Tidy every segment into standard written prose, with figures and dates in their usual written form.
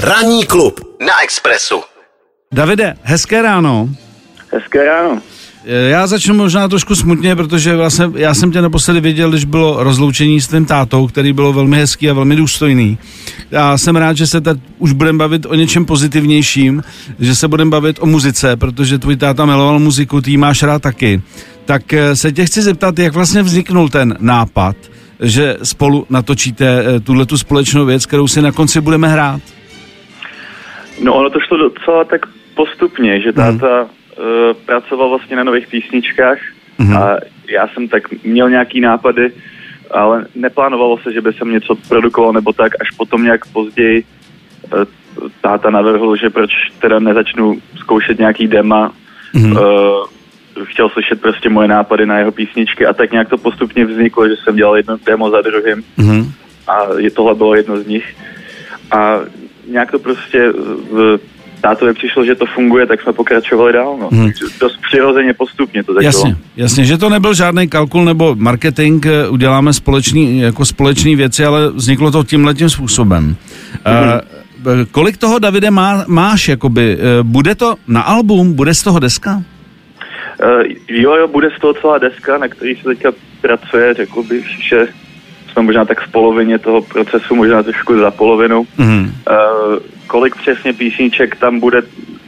Ranní klub na Expressu. Davide, hezké ráno. Hezké ráno. Já začnu možná trošku smutně, protože vlastně já jsem tě naposledy viděl, když bylo rozloučení s tvým tátou, který bylo velmi hezký a velmi důstojný. Já jsem rád, že se teď už budeme bavit o něčem pozitivnějším, že se budeme bavit o muzice, protože tvůj táta miloval muziku, ty ji máš rád taky. Tak se tě chci zeptat, jak vlastně vzniknul ten nápad, že spolu natočíte tuhletu společnou věc, kterou si na konci budeme hrát? No ono to šlo docela tak postupně, že táta pracoval vlastně na nových písničkách a já jsem tak měl nějaký nápady, ale neplánovalo se, že by jsem něco produkoval nebo tak, až potom nějak později táta navrhl, že proč teda nezačnu zkoušet nějaký dema, chtěl slyšet prostě moje nápady na jeho písničky a tak nějak to postupně vzniklo, že jsem dělal jedno demo za druhým a tohle bylo jedno z nich a nějak to prostě tátovi přišlo, že to funguje, tak jsme pokračovali dál, no. Dost přirozeně postupně to začalo. Jasně, že to nebyl žádný kalkul nebo marketing, uděláme společný věci, ale vzniklo to tímhletím způsobem. Kolik toho, Davide, máš, jakoby, bude to na album, bude z toho deska? Jo, bude z toho celá deska, na který se teďka pracuje, řekl bych, že jsme možná tak v polovině toho procesu, možná trošku za polovinu. Kolik přesně písniček tam bude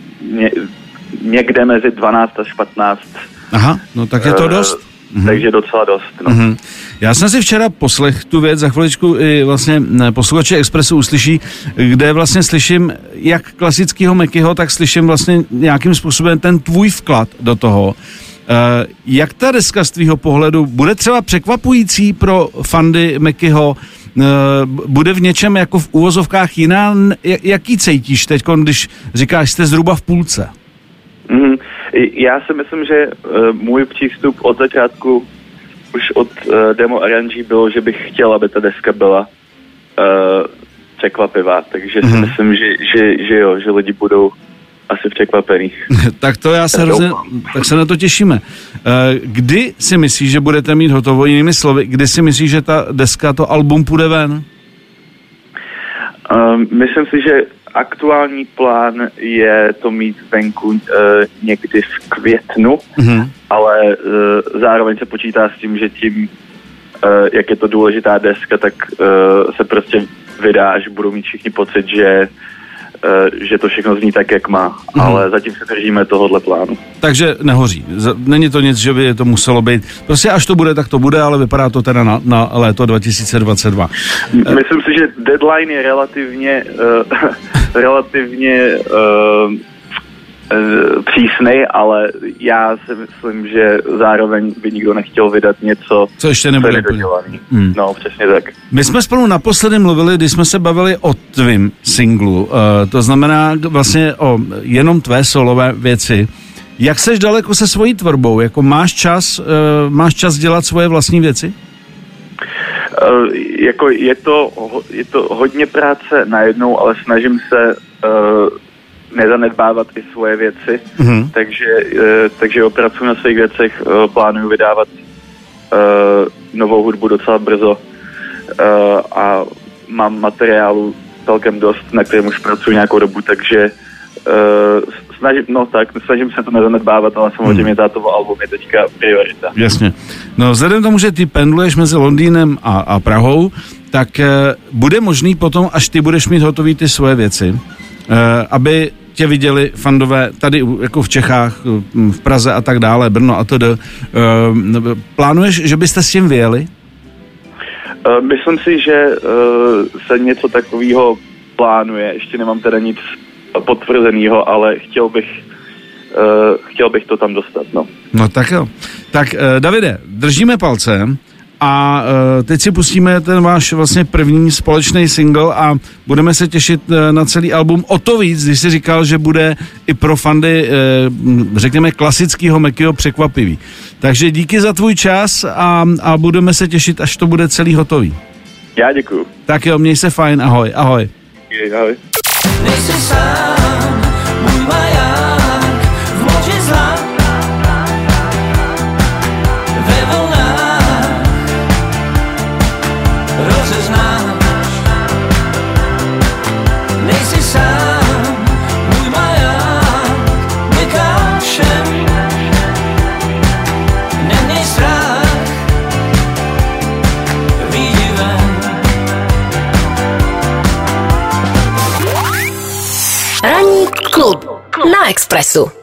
někde mezi 12 až 15. Aha, no tak je to dost. Takže docela dost. No. Já jsem si včera poslech tu věc, za chviličku i vlastně posluchači Expressu uslyší, kde vlastně slyším jak klasického Mekyho, tak slyším vlastně nějakým způsobem ten tvůj vklad do toho. Jak ta deska z tvýho pohledu bude třeba překvapující pro fandy Mekyho, bude v něčem jako v úvozovkách jiná, jaký cítíš teď, když říkáš, jste zhruba v půlce? Já si myslím, že můj přístup od začátku, už od demo aranží bylo, že bych chtěl, aby ta deska byla překvapivá, takže si myslím, že lidi budou asi překvapený. Tak to tak se na to těšíme. Kdy si myslíš, že budete mít hotovo? Jinými slovy, kdy si myslíš, že ta deska, to album půjde ven? Myslím si, že aktuální plán je to mít venku někdy v květnu, ale zároveň se počítá s tím, že tím, jak je to důležitá deska, tak se prostě vydá, až budou mít všichni pocit, že to všechno zní tak, jak má. Ale zatím se držíme tohohle plánu. Takže nehoří. Není to nic, že by to muselo být. Prostě až to bude, tak to bude, ale vypadá to teda na léto 2022. Myslím si, že deadline je relativně přísnej, ale já si myslím, že zároveň by nikdo nechtěl vydat něco, co ještě nebude dodělaný. No, přesně tak. My jsme spolu naposledy mluvili, když jsme se bavili o tvým singlu, to znamená vlastně o jenom tvé solové věci. Jak seš daleko se svojí tvorbou? Jako máš čas dělat svoje vlastní věci? Jako je to hodně práce najednou, ale snažím se nezanedbávat i svoje věci, takže pracuji na svých věcech, plánuju vydávat novou hudbu docela brzo a mám materiálu celkem dost, na kterém už pracuji nějakou dobu, takže snažím se to nezanedbávat, ale samozřejmě tátovo album je teďka priorita. Jasně. No vzhledem tomu, že ty pendluješ mezi Londýnem a Prahou, tak bude možný potom, až ty budeš mít hotový ty svoje věci, aby tě viděli fandové tady jako v Čechách, v Praze a tak dále, Brno a td. Plánuješ, že byste s tím vyjeli? Myslím si, že se něco takového plánuje. Ještě nemám teda nic potvrzenýho, ale chtěl bych to tam dostat, no. No tak jo. Tak Davide, držíme palce a teď si pustíme ten váš vlastně první společný single a budeme se těšit na celý album. O to víc, když jsi říkal, že bude i pro fandy, řekněme, klasického Mekyho překvapivý. Takže díky za tvůj čas a budeme se těšit, až to bude celý hotový. Já děkuju. Tak jo, měj se fajn, ahoj. Ahoj. Nejsi sám, můj maják v moři zla, ve vlnách rozeznáš. Nejsi sám. Ranní klub na Expressu.